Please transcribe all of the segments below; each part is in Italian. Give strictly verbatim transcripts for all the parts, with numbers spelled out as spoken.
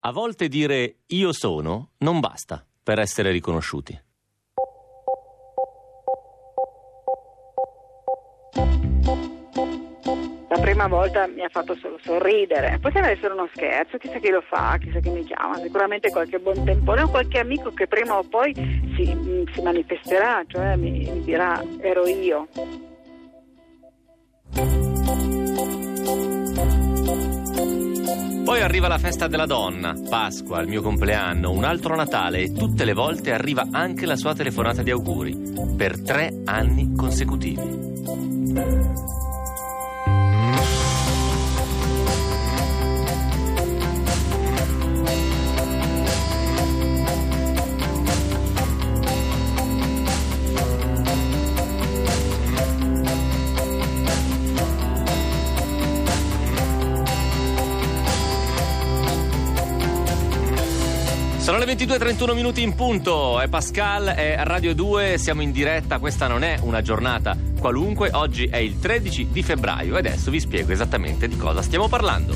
A volte dire io sono non basta per essere riconosciuti. La prima volta mi ha fatto solo sorridere, poteva essere uno scherzo, chissà chi lo fa, chissà chi mi chiama, sicuramente qualche buon tempone o qualche amico che prima o poi si, si manifesterà, cioè mi, mi dirà ero io. Poi arriva la festa della donna, Pasqua, il mio compleanno, un altro Natale e tutte le volte arriva anche la sua telefonata di auguri, per tre anni consecutivi. Sono le ventidue e trentuno minuti in punto, è Pascal, è Radio due, siamo in diretta, questa non è una giornata qualunque, oggi è il tredici di febbraio e adesso vi spiego esattamente di cosa stiamo parlando.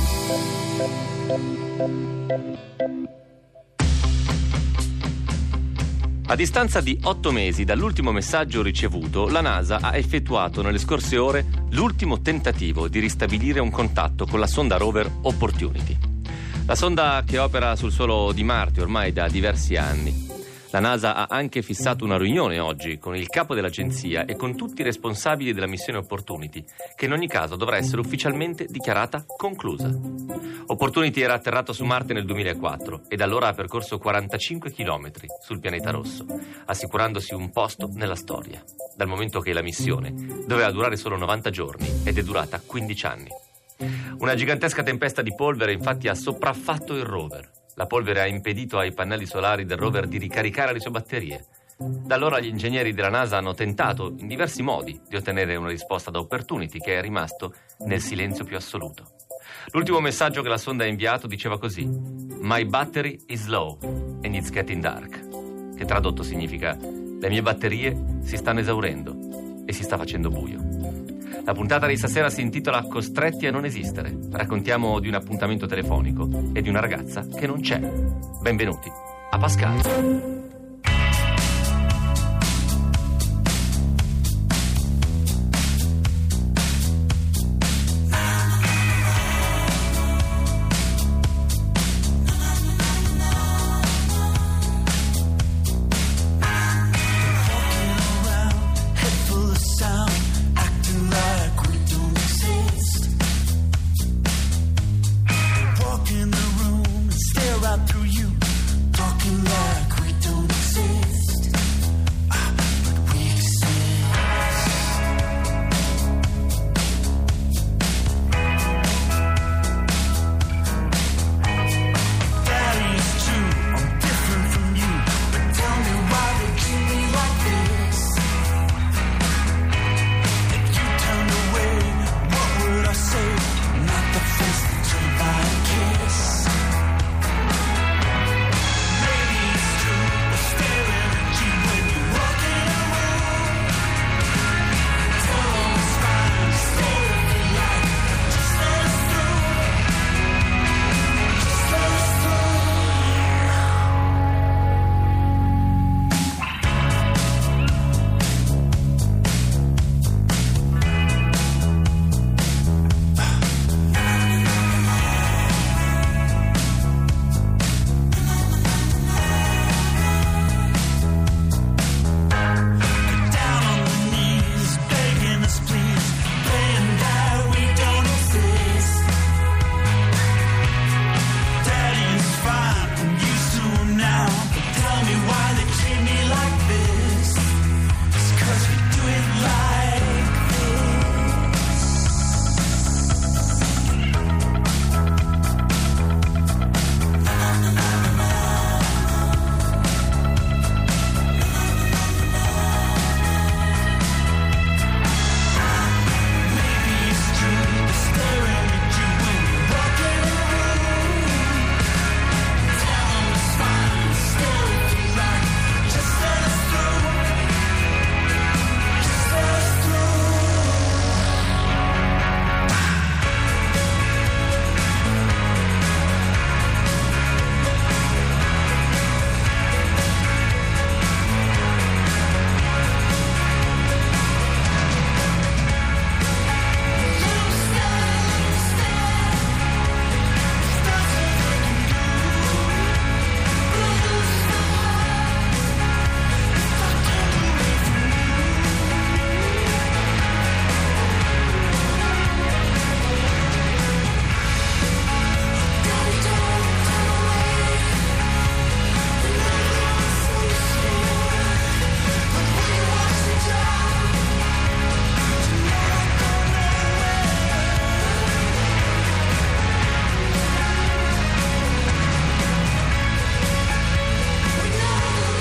A distanza di otto mesi dall'ultimo messaggio ricevuto, la NASA ha effettuato nelle scorse ore l'ultimo tentativo di ristabilire un contatto con la sonda rover Opportunity. La sonda che opera sul suolo di Marte ormai da diversi anni. La NASA ha anche fissato una riunione oggi con il capo dell'agenzia e con tutti i responsabili della missione Opportunity, che in ogni caso dovrà essere ufficialmente dichiarata conclusa. Opportunity era atterrato su Marte nel duemilaquattro e da allora ha percorso quarantacinque chilometri sul pianeta rosso, assicurandosi un posto nella storia, dal momento che la missione doveva durare solo novanta giorni ed è durata quindici anni. Una gigantesca tempesta di polvere infatti ha sopraffatto il rover. La polvere ha impedito ai pannelli solari del rover di ricaricare le sue batterie. Da allora gli ingegneri della NASA hanno tentato in diversi modi di ottenere una risposta da Opportunity, che è rimasto nel silenzio più assoluto. L'ultimo messaggio che la sonda ha inviato diceva così: My battery is low and it's getting dark, che tradotto significa le mie batterie si stanno esaurendo e si sta facendo buio. La puntata di stasera si intitola Costretti a non esistere. Raccontiamo di un appuntamento telefonico e di una ragazza che non c'è. Benvenuti a Pascal. Through you, talking like we don't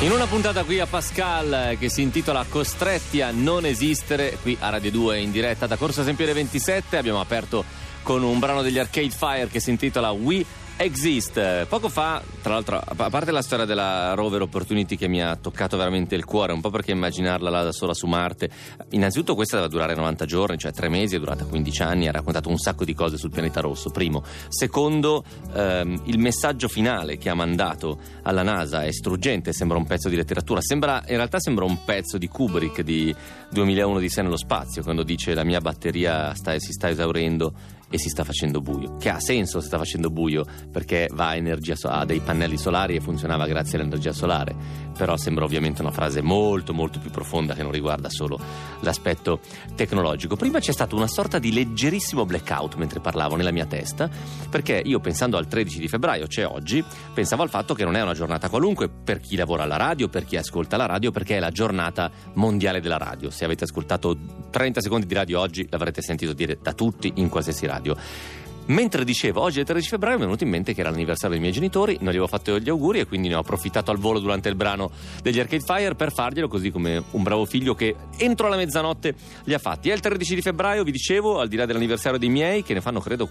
In una puntata qui a Pascal che si intitola Costretti a non esistere, qui a Radio due in diretta da Corso Sempione ventisette, abbiamo aperto con un brano degli Arcade Fire che si intitola We Exist. Poco fa, tra l'altro, a parte la storia della Rover Opportunity che mi ha toccato veramente il cuore, un po' perché immaginarla là da sola su Marte, innanzitutto questa deve durare novanta giorni, cioè tre mesi, è durata quindici anni, ha raccontato un sacco di cose sul pianeta rosso, primo. Secondo, ehm, il messaggio finale che ha mandato alla NASA è struggente, sembra un pezzo di letteratura, sembra, in realtà sembra un pezzo di Kubrick di duemilauno di Sé nello spazio, quando dice la mia batteria sta, si sta esaurendo e si sta facendo buio, che ha senso se sta facendo buio perché va a energia so- ha dei pannelli solari e funzionava grazie all'energia solare, però sembra ovviamente una frase molto molto più profonda che non riguarda solo l'aspetto tecnologico. Prima c'è stato una sorta di leggerissimo blackout mentre parlavo nella mia testa, perché io, pensando al tredici di febbraio, cioè oggi, pensavo al fatto che non è una giornata qualunque per chi lavora alla radio, per chi ascolta la radio, perché è la giornata mondiale della radio. Se avete ascoltato trenta secondi di radio oggi l'avrete sentito dire da tutti in qualsiasi radio. Mentre dicevo oggi è il tredici febbraio, mi è venuto in mente che era l'anniversario dei miei genitori, non gli avevo fatto gli auguri e quindi ne ho approfittato al volo durante il brano degli Arcade Fire per farglielo, così come un bravo figlio che entro la mezzanotte li ha fatti. È il tredici di febbraio, vi dicevo, al di là dell'anniversario dei miei, che ne fanno credo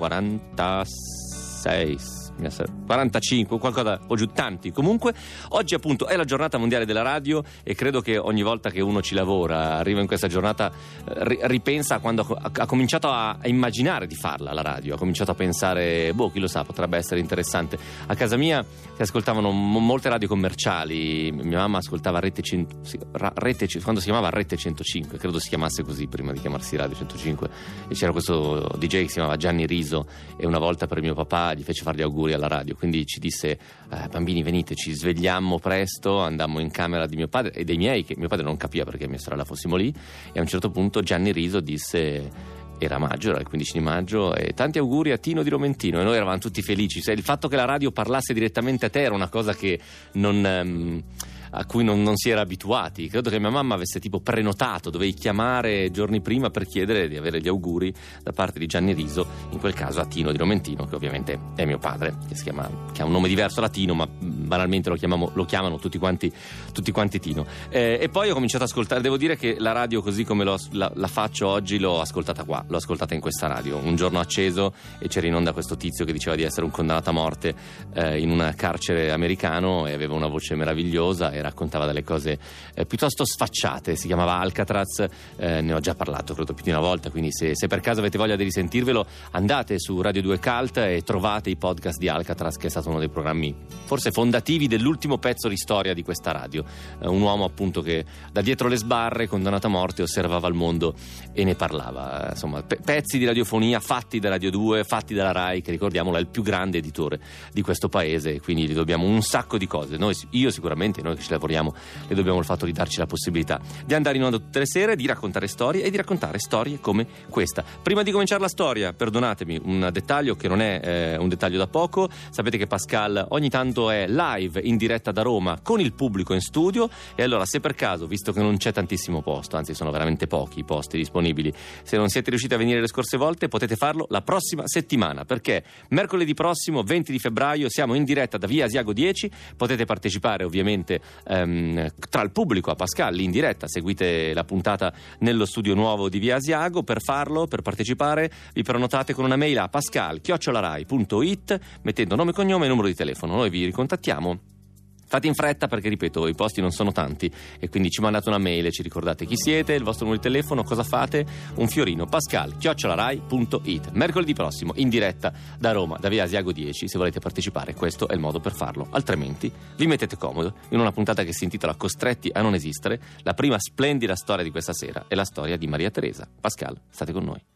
quarantasei quarantacinque, qualcosa o giù, tanti. Comunque oggi appunto è la giornata mondiale della radio e credo che ogni volta che uno ci lavora, arriva in questa giornata, eh, ripensa a quando ha, ha cominciato a, a immaginare di farla la radio, ha cominciato a pensare, boh, chi lo sa, potrebbe essere interessante. A casa mia si ascoltavano m- molte radio commerciali, mia mamma ascoltava Rete, cento, Rete quando si chiamava Rete centocinque, credo si chiamasse così prima di chiamarsi Radio centocinque, e c'era questo D J che si chiamava Gianni Riso e una volta per mio papà gli fece fare gli auguri alla radio, quindi ci disse eh, bambini venite, ci svegliammo presto, andammo in camera di mio padre e dei miei, che mio padre non capiva perché mia sorella fossimo lì, e a un certo punto Gianni Riso disse, era maggio, era il quindici di maggio, e tanti auguri a Tino di Romentino, e noi eravamo tutti felici. Cioè, il fatto che la radio parlasse direttamente a te era una cosa che non... Um, a cui non, non si era abituati. Credo che mia mamma avesse tipo prenotato, dovevi chiamare giorni prima per chiedere di avere gli auguri da parte di Gianni Riso, in quel caso a Tino di Romentino, che ovviamente è mio padre, che si chiama, che ha un nome diverso latino, ma banalmente lo chiamamo, lo chiamano tutti quanti, tutti quanti Tino. Eh, e poi ho cominciato ad ascoltare, devo dire che la radio così come lo, la, la faccio oggi l'ho ascoltata qua, l'ho ascoltata in questa radio. Un giorno acceso e c'era in onda questo tizio che diceva di essere un condannato a morte eh, in un carcere americano e aveva una voce meravigliosa e raccontava delle cose eh, piuttosto sfacciate. Si chiamava Alcatraz, eh, ne ho già parlato credo più di una volta, quindi se, se per caso avete voglia di risentirvelo andate su Radio due Cult e trovate i podcast di Alcatraz, che è stato uno dei programmi forse fondativi dell'ultimo pezzo di storia di questa radio. Eh, un uomo appunto che da dietro le sbarre, condannato a morte, osservava il mondo e ne parlava. Eh, insomma, pe- pezzi di radiofonia fatti da Radio due, fatti dalla Rai, che ricordiamolo è il più grande editore di questo paese, e quindi gli dobbiamo un sacco di cose. Noi, io sicuramente, noi che ci lavoriamo, le dobbiamo il fatto di darci la possibilità di andare in onda tutte le sere, di raccontare storie e di raccontare storie come questa. Prima di cominciare la storia, perdonatemi, un dettaglio che non è eh, un dettaglio da poco. Sapete che Pascal ogni tanto è live in diretta da Roma con il pubblico in studio, e allora se per caso, visto che non c'è tantissimo posto, anzi sono veramente pochi i posti disponibili, se non siete riusciti a venire le scorse volte potete farlo la prossima settimana, perché mercoledì prossimo venti di febbraio siamo in diretta da Via Asiago dieci. Potete partecipare ovviamente ehm, tra il pubblico a Pascal in diretta, seguite la puntata nello studio nuovo di Via Asiago. Per farlo, per partecipare, vi prenotate con una mail a pascal chiocciola rai punto it mettendo nome, cognome e numero di telefono. Noi vi ricontattiamo. Fate in fretta perché, ripeto, i posti non sono tanti, e quindi ci mandate una mail e ci ricordate chi siete, il vostro numero di telefono, cosa fate, un fiorino, pascal chiocciola rai punto it. Mercoledì prossimo in diretta da Roma, da Via Asiago dieci. Se volete partecipare, questo è il modo per farlo, altrimenti vi mettete comodo in una puntata che si intitola Costretti a non esistere. La prima splendida storia di questa sera è la storia di Maria Teresa. Pascal, state con noi.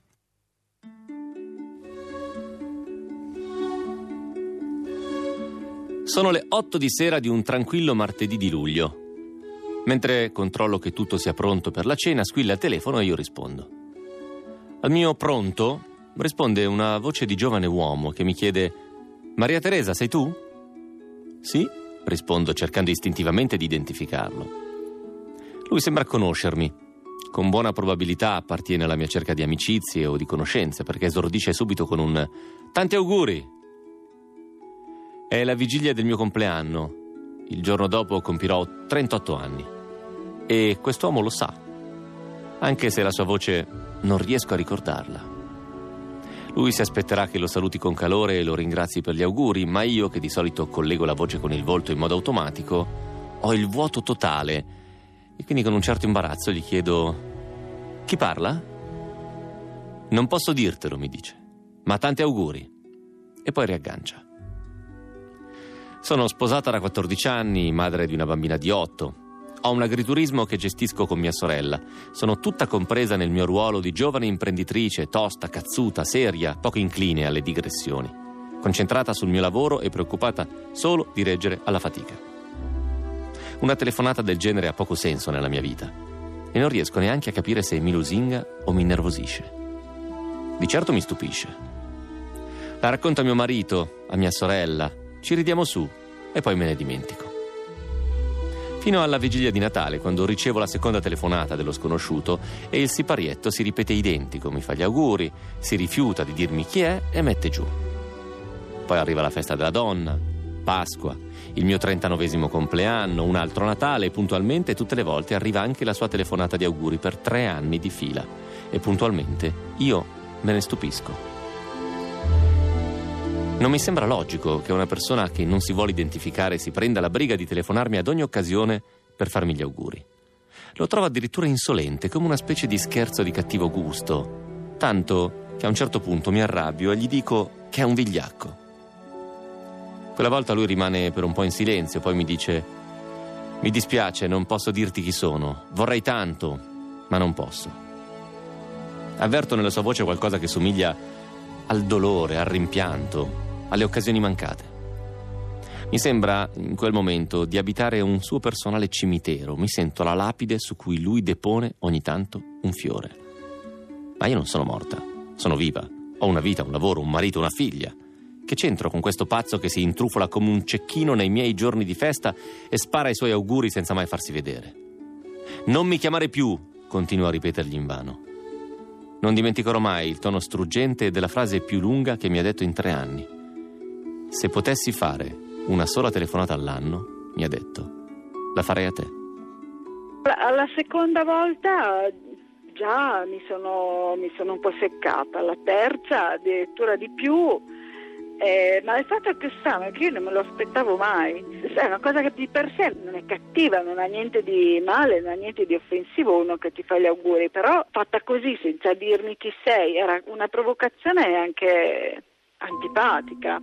Sono le otto di sera di un tranquillo martedì di luglio. Mentre controllo che tutto sia pronto per la cena, squilla il telefono e io rispondo. Al mio pronto risponde una voce di giovane uomo che mi chiede: Maria Teresa, sei tu? Sì, rispondo cercando istintivamente di identificarlo. Lui sembra conoscermi. Con buona probabilità appartiene alla mia cerca di amicizie o di conoscenze, perché esordisce subito con un «Tanti auguri!». È la vigilia del mio compleanno il giorno dopo compirò trentotto anni. E quest'uomo lo sa, anche se la sua voce non riesco a ricordarla. Lui si aspetterà che lo saluti con calore e lo ringrazi per gli auguri, ma io, che di solito collego la voce con il volto in modo automatico, ho il vuoto totale e quindi con un certo imbarazzo gli chiedo: chi parla? Non posso dirtelo, mi dice, ma tanti auguri. E poi riaggancia. Sono sposata da quattordici anni, madre di una bambina di otto. Ho un agriturismo che gestisco con mia sorella. Sono tutta compresa nel mio ruolo di giovane imprenditrice, tosta, cazzuta, seria, poco incline alle digressioni, concentrata sul mio lavoro e preoccupata solo di reggere alla fatica. Una telefonata del genere ha poco senso nella mia vita e non riesco neanche a capire se mi lusinga o mi innervosisce. Di certo mi stupisce. La racconto a mio marito, a mia sorella, ci ridiamo su e poi me ne dimentico. Fino alla vigilia di Natale, quando ricevo la seconda telefonata dello sconosciuto e il siparietto si ripete identico, mi fa gli auguri, si rifiuta di dirmi chi è e mette giù. Poi arriva la festa della donna, Pasqua, il mio trentanovesimo compleanno, un altro Natale e puntualmente tutte le volte arriva anche la sua telefonata di auguri per tre anni di fila. E puntualmente io me ne stupisco. Non mi sembra logico che una persona che non si vuole identificare si prenda la briga di telefonarmi ad ogni occasione per farmi gli auguri. Lo trovo addirittura insolente, come una specie di scherzo di cattivo gusto, tanto che a un certo punto mi arrabbio e gli dico che è un vigliacco. Quella volta lui rimane per un po' in silenzio, poi mi dice: mi dispiace, non posso dirti chi sono, vorrei tanto, ma non posso. Avverto nella sua voce qualcosa che somiglia al dolore, al rimpianto, alle occasioni mancate. Mi sembra in quel momento di abitare un suo personale cimitero. Mi sento la lapide su cui lui depone ogni tanto un fiore. Ma io non sono morta, sono viva. Ho una vita, un lavoro, un marito, una figlia. Che c'entro con questo pazzo che si intrufola come un cecchino nei miei giorni di festa e spara i suoi auguri senza mai farsi vedere? Non mi chiamare più, continuo a ripetergli invano. Non dimenticherò mai il tono struggente della frase più lunga che mi ha detto in tre anni. Se potessi fare una sola telefonata all'anno, mi ha detto, la farei a te. Alla seconda volta già mi sono, mi sono un po' seccata, alla terza addirittura di più, eh, ma il fatto è che strano, che io non me lo aspettavo mai. È una cosa che di per sé non è cattiva, non ha niente di male, non ha niente di offensivo uno che ti fa gli auguri, però fatta così senza dirmi chi sei, era una provocazione anche antipatica.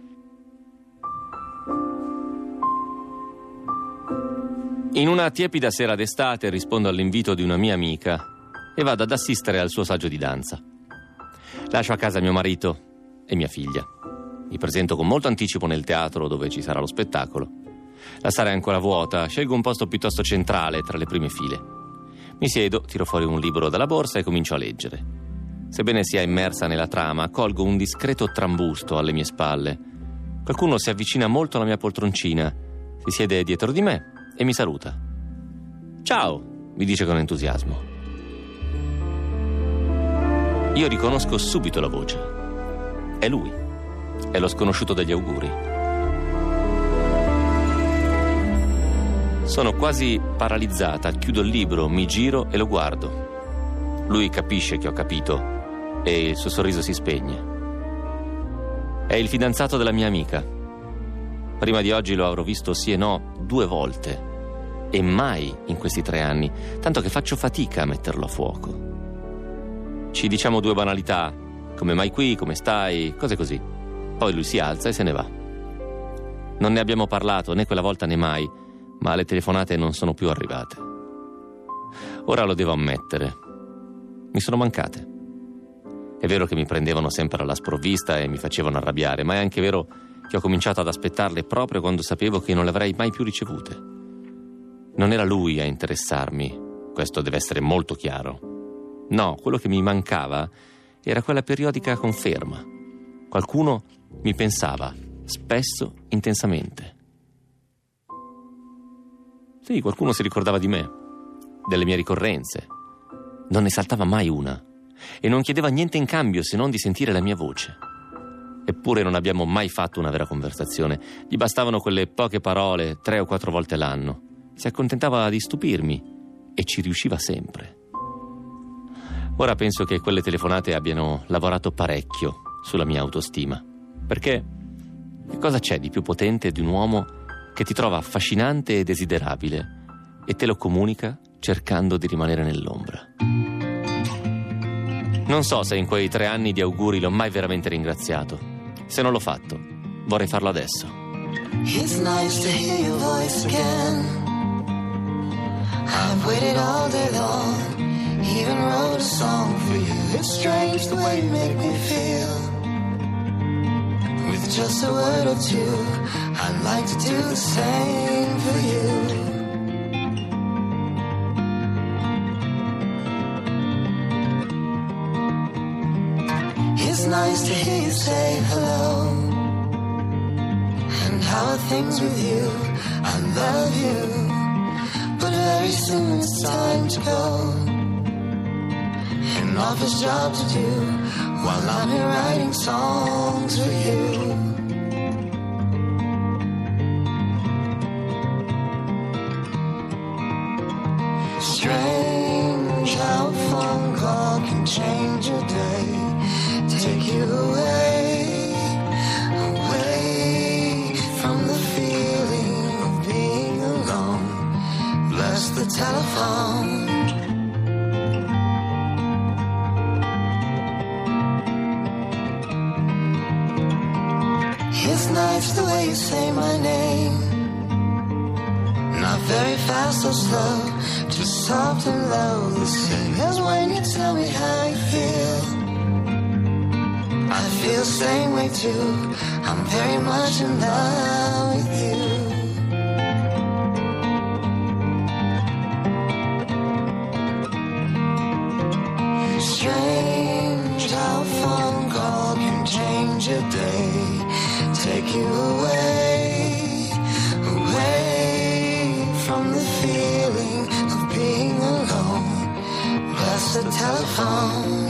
In una tiepida sera d'estate rispondo all'invito di una mia amica e vado ad assistere al suo saggio di danza. Lascio a casa mio marito e mia figlia. Mi presento con molto anticipo nel teatro dove ci sarà lo spettacolo. La sala è ancora vuota, scelgo un posto piuttosto centrale tra le prime file. Mi siedo, tiro fuori un libro dalla borsa e comincio a leggere. Sebbene sia immersa nella trama, colgo un discreto trambusto alle mie spalle. Qualcuno si avvicina molto alla mia poltroncina, si siede dietro di me e mi saluta. Ciao, mi dice con entusiasmo. Io riconosco subito la voce. È lui. È lo sconosciuto degli auguri. Sono quasi paralizzata, chiudo il libro, mi giro e lo guardo. Lui capisce che ho capito e il suo sorriso si spegne. È il fidanzato della mia amica. Prima di oggi lo avrò visto sì e no due volte e mai in questi tre anni, tanto che faccio fatica a metterlo a fuoco. Ci diciamo due banalità, come mai qui, come stai, cose così. Poi lui si alza e se ne va. Non ne abbiamo parlato né quella volta né mai, ma le telefonate non sono più arrivate. Ora lo devo ammettere. Mi sono mancate. È vero che mi prendevano sempre alla sprovvista e mi facevano arrabbiare, ma è anche vero che ho cominciato ad aspettarle proprio quando sapevo che non le avrei mai più ricevute. Non era lui a interessarmi, questo deve essere molto chiaro. No, quello che mi mancava era quella periodica conferma. Qualcuno mi pensava, spesso intensamente. Sì, qualcuno si ricordava di me, delle mie ricorrenze. Non ne saltava mai una e non chiedeva niente in cambio se non di sentire la mia voce. Eppure non abbiamo mai fatto una vera conversazione. Gli bastavano quelle poche parole tre o quattro volte l'anno. Si accontentava di stupirmi e ci riusciva sempre. Ora penso che quelle telefonate abbiano lavorato parecchio sulla mia autostima. Perché che cosa c'è di più potente di un uomo che ti trova affascinante e desiderabile e te lo comunica cercando di rimanere nell'ombra? Non so se in quei tre anni di auguri l'ho mai veramente ringraziato. Se non l'ho fatto, vorrei farlo adesso. It's nice to hear your voice again. I've waited all day long, even wrote a song for you. It's strange the way you make me feel. With just a word or two, I'd like to do the same for you. It's nice to hear you say hello. And how are things with you? I love you. But very soon it's time to go. An office job to do while I'm here writing songs for you. Strange how a phone call can change your day. Take you away, away from the feeling of being alone. Bless the telephone. It's nice the way you say my name. Not very fast or slow, just soft and low. The same as when you tell me how you feel. I feel the same way too. I'm very much in love with you. Strange how a phone call can change your day. Take you away, away from the feeling of being alone. Bless the telephone.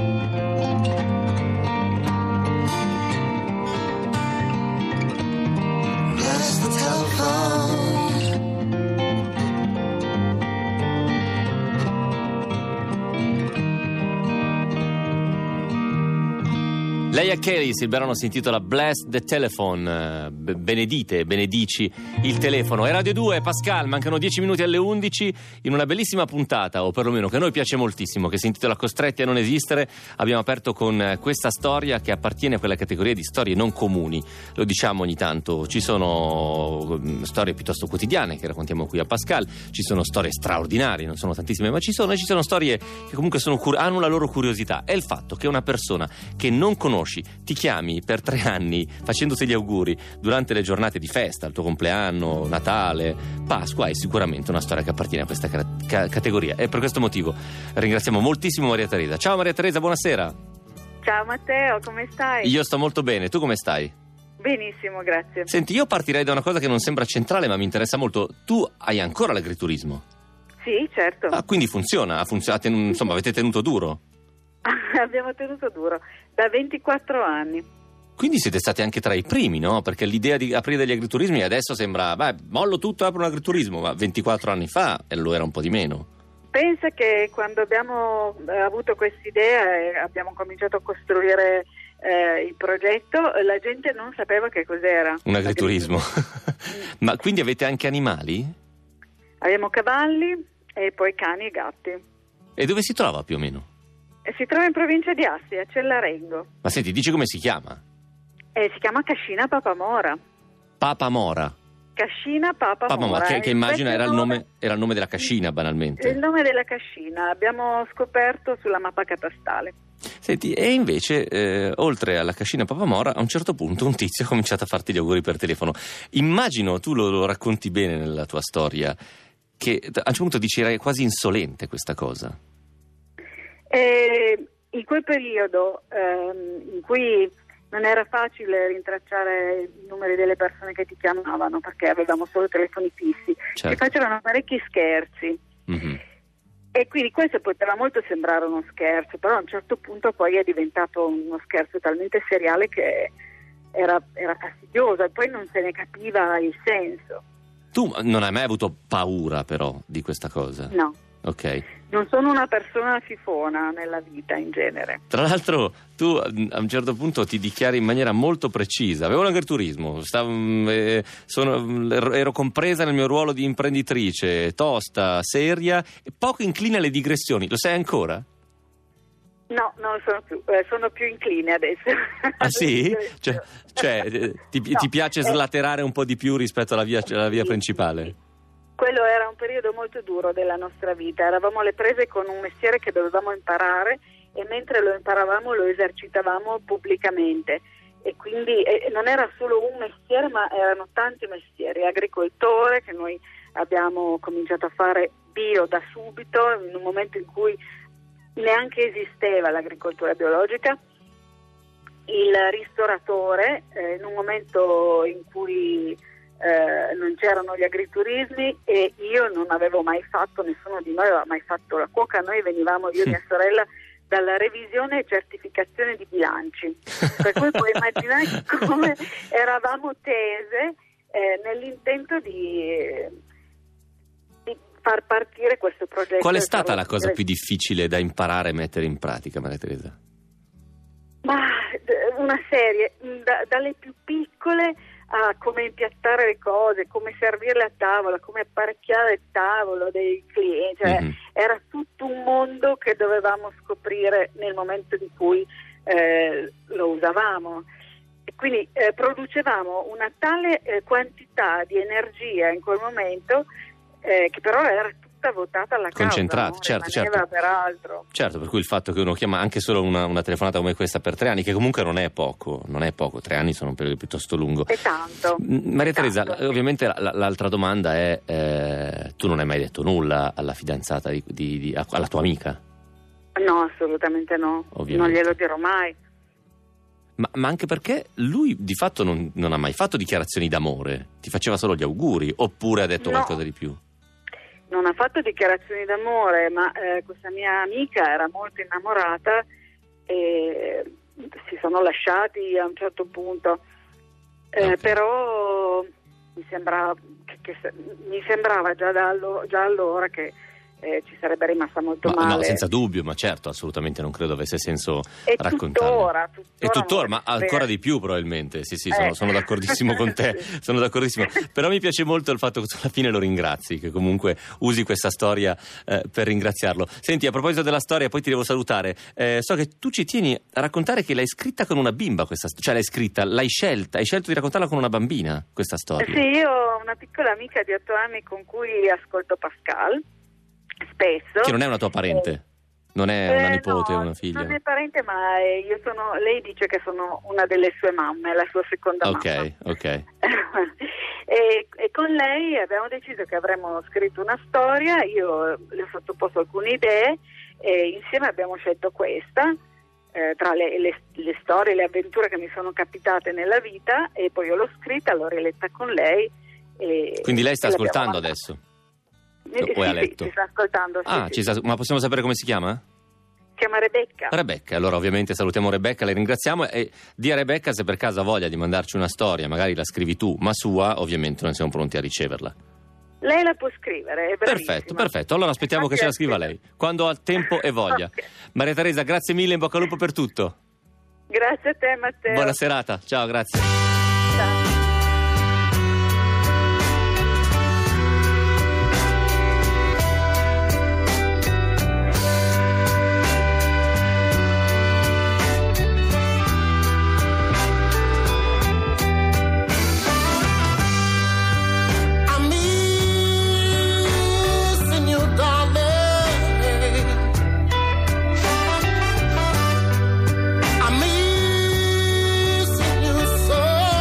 Leia Kelis, il brano si intitola Bless the Telephone, benedite, benedici il telefono. E Radio due, Pascal, mancano dieci minuti alle undici, in una bellissima puntata, o perlomeno che a noi piace moltissimo, che si intitola Costretti a non esistere. Abbiamo aperto con questa storia che appartiene a quella categoria di storie non comuni. Lo diciamo ogni tanto, ci sono storie piuttosto quotidiane che raccontiamo qui a Pascal, ci sono storie straordinarie, non sono tantissime, ma ci sono, e ci sono storie che comunque sono, hanno la loro curiosità. È il fatto che una persona che non conosci ti chiami per tre anni facendoti gli auguri durante le giornate di festa, il tuo compleanno, Natale, Pasqua, è sicuramente una storia che appartiene a questa ca- ca- categoria, e per questo motivo ringraziamo moltissimo Maria Teresa. Ciao Maria Teresa, buonasera. Ciao Matteo, come stai? Io sto molto bene, tu come stai? Benissimo, grazie. Senti, io partirei da una cosa che non sembra centrale ma mi interessa molto. Tu hai ancora l'agriturismo? Sì, certo. Ah, quindi funziona, ha funzionato, insomma avete tenuto duro? Abbiamo tenuto duro da ventiquattro anni. Quindi siete stati anche tra i primi, no? Perché l'idea di aprire degli agriturismi adesso sembra, beh, mollo tutto, apro un agriturismo, ma ventiquattro anni fa lo era un po' di meno. Pensa che quando abbiamo avuto questa idea e abbiamo cominciato a costruire eh, il progetto, la gente non sapeva che cos'era un agriturismo. Ma quindi avete anche animali? Abbiamo cavalli e poi cani e gatti. E dove si trova più o meno? E si trova in provincia di Asti, a Cellarengo. Ma senti, dici come si chiama? Eh, si chiama Cascina Papamora. Papamora. Cascina Papamora. Papamora, che, che immagino era il, nome, era il nome della cascina, banalmente. Il nome della cascina, l'abbiamo scoperto sulla mappa catastale. Senti, e invece, eh, oltre alla cascina Papamora, a un certo punto un tizio ha cominciato a farti gli auguri per telefono. Immagino, tu lo, lo racconti bene nella tua storia, che a un certo punto dici era quasi insolente questa cosa. E in quel periodo ehm, in cui non era facile rintracciare i numeri delle persone che ti chiamavano perché avevamo solo telefoni fissi, certo. Ci facevano parecchi scherzi. Mm-hmm. E quindi questo poteva molto sembrare uno scherzo, però a un certo punto poi è diventato uno scherzo talmente seriale che era, era fastidioso, e poi non se ne capiva il senso. Tu non hai mai avuto paura però di questa cosa? No. Ok. Non sono una persona fifona nella vita in genere. Tra l'altro tu a un certo punto ti dichiari in maniera molto precisa. Avevo l'agriturismo, stavo, eh, sono, ero compresa nel mio ruolo di imprenditrice, tosta, seria e poco incline alle digressioni. Lo sei ancora? No, non lo sono più, eh, sono più incline adesso. Ah sì? Cioè, cioè eh, ti, no, ti piace eh, slaterare un po' di più rispetto alla via, alla via sì, principale? Sì. Quello era un periodo molto duro della nostra vita, eravamo alle prese con un mestiere che dovevamo imparare e mentre lo imparavamo lo esercitavamo pubblicamente e quindi eh, non era solo un mestiere ma erano tanti mestieri, agricoltore che noi abbiamo cominciato a fare bio da subito in un momento in cui neanche esisteva l'agricoltura biologica, il ristoratore eh, in un momento in cui Eh, non c'erano gli agriturismi e io non avevo mai fatto, nessuno di noi aveva mai fatto la cuoca, noi venivamo, io e mia sorella, dalla revisione e certificazione di bilanci, per cui puoi immaginare come eravamo tese eh, nell'intento di, di far partire questo progetto. Qual è stata la cosa più difficile da imparare e mettere in pratica, Maria Teresa? Ma una serie, da, dalle più piccole a come impiattare le cose, come servirle a tavola, come apparecchiare il tavolo dei clienti, cioè, mm-hmm. era tutto un mondo che dovevamo scoprire nel momento in cui eh, lo usavamo. E quindi eh, producevamo una tale eh, quantità di energia in quel momento eh, che però era tutta votata alla concentrata, causa, certo, certo. per altro. Certo, per cui il fatto che uno chiama anche solo una, una telefonata come questa per tre anni, che comunque non è poco, non è poco, tre anni sono un periodo piuttosto lungo. È tanto. Maria è Teresa, tanto. ovviamente la, l'altra domanda è, eh, tu non hai mai detto nulla alla fidanzata, di, di, di, alla tua amica? No, assolutamente no, ovviamente. Non glielo dirò mai. Ma, ma anche perché lui di fatto non, non ha mai fatto dichiarazioni d'amore, ti faceva solo gli auguri, oppure ha detto no. qualcosa di più? Non ha fatto dichiarazioni d'amore, ma eh, questa mia amica era molto innamorata e si sono lasciati a un certo punto. Eh, okay. Però mi sembrava, che, che, mi sembrava già, da allo, già allora che eh, ci sarebbe rimasta molto ma, male. No, senza dubbio, ma certo, assolutamente non credo avesse senso e raccontarlo. Tuttora, tuttora, e tuttora, ma ancora di più probabilmente. Sì, sì, eh. sono, sono d'accordissimo con te, sono d'accordissimo. Però mi piace molto il fatto che tu alla fine lo ringrazi, che comunque usi questa storia eh, per ringraziarlo. Senti, a proposito della storia, poi ti devo salutare. Eh, so che tu ci tieni a raccontare che l'hai scritta con una bimba questa storia, cioè l'hai scritta, l'hai scelta, hai scelto di raccontarla con una bambina questa storia. Sì, io ho una piccola amica di otto anni con cui ascolto Pascal. Spesso. Che non è una tua parente? Eh, non è una eh, nipote o no, una figlia? Non è parente, ma io sono. Lei dice che sono una delle sue mamme, la sua seconda okay, mamma. Ok, ok. e, e con lei abbiamo deciso che avremmo scritto una storia, io le ho sottoposto alcune idee e insieme abbiamo scelto questa, eh, tra le, le, le storie, le avventure che mi sono capitate nella vita, e poi io l'ho scritta, l'ho riletta con lei. E, Quindi lei sta e ascoltando adesso? Sì, o è a letto? Sì, ci sta ascoltando. Sì, ah, sì. ci sta, ma possiamo sapere come si chiama? Si chiama Rebecca. Rebecca, allora ovviamente salutiamo Rebecca, le ringraziamo e di a Rebecca, se per caso ha voglia di mandarci una storia, magari la scrivi tu, ma sua, ovviamente noi siamo pronti a riceverla. Lei la può scrivere, è bravissima. Perfetto, perfetto, allora aspettiamo okay, che ce la scriva lei, quando ha tempo e voglia. Okay. Maria Teresa, grazie mille, in bocca al lupo per tutto. Grazie a te, Matteo. Buona serata, ciao, grazie. Ciao. I miss you so.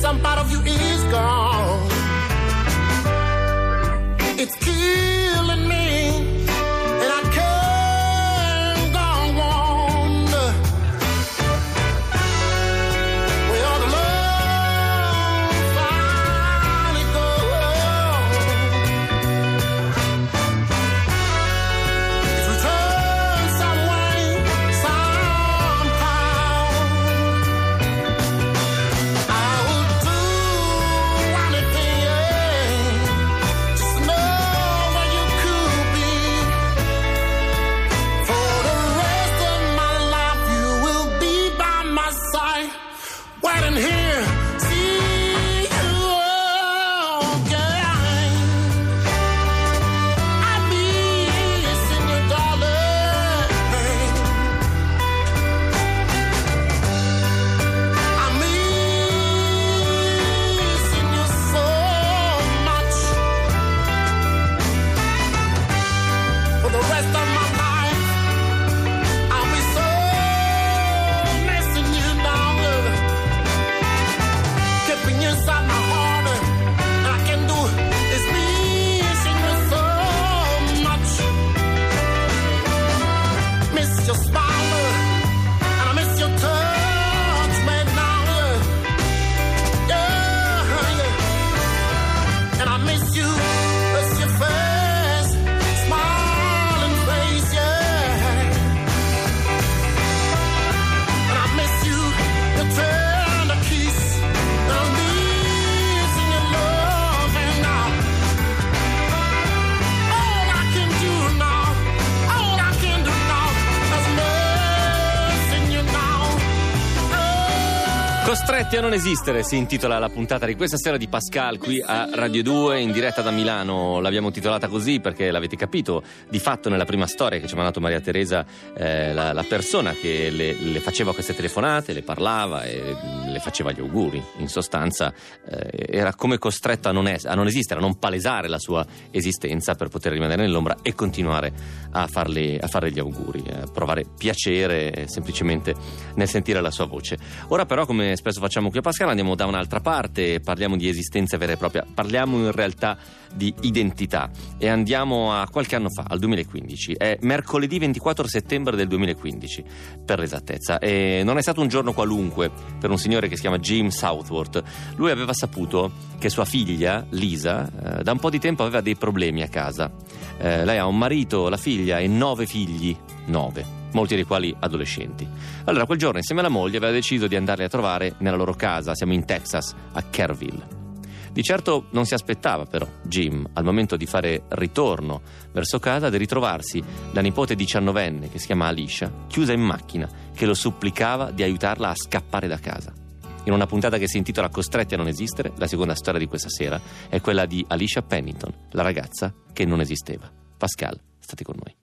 some part of you is gone. It's killing me, and I can't go on. Well, the love finally goes. It's returned some way, somehow. I would do anything, just to know where you could be. For the rest of my life, you will be by my side, waiting here, see you again. I'm missing you, darling. I'm missing you so much. For the rest of my life, I'll be so missing you now, love. Keeping you inside my heart, and I can do is missing you so much. Miss your smile, and I miss your touch, man, now, yeah, yeah. And I miss you, miss your face, smiling face, yeah. And I miss you, your tender kiss, and I'm missing your love, and now all I can do now, all I can do now is missing you now. Oh. Costretti a non esistere si intitola la puntata di questa sera di Pascal qui a Radio due in diretta da Milano. L'abbiamo titolata così perché l'avete capito di fatto nella prima storia che ci ha mandato Maria Teresa, eh, la, la persona che le, le faceva queste telefonate, le parlava e le faceva gli auguri. In sostanza eh, era come costretto a non, es- a non esistere, a non palesare la sua esistenza per poter rimanere nell'ombra e continuare a farle, a fare gli auguri, a provare piacere semplicemente nel sentire la sua voce. Ora però, come spesso facciamo qui a Pascal, andiamo da un'altra parte, parliamo di esistenza vera e propria, parliamo in realtà di identità e andiamo a qualche anno fa, al duemilaquindici. È mercoledì ventiquattro settembre del duemilaquindici per l'esattezza, e non è stato un giorno qualunque per un signore che si chiama Jim Southworth. Lui aveva saputo che sua figlia Lisa eh, da un po' di tempo aveva dei problemi a casa. Eh, lei ha un marito, la figlia e nove figli, nove, molti dei quali adolescenti. Allora quel giorno insieme alla moglie aveva deciso di andarli a trovare nella loro casa, siamo in Texas, a Kerrville. Di certo non si aspettava però Jim, al momento di fare ritorno verso casa, di ritrovarsi la nipote diciannovenne che si chiama Alicia, chiusa in macchina, che lo supplicava di aiutarla a scappare da casa. In una puntata che si intitola Costretti a non esistere, la seconda storia di questa sera è quella di Alicia Pennington, la ragazza che non esisteva. Pascal, state con noi.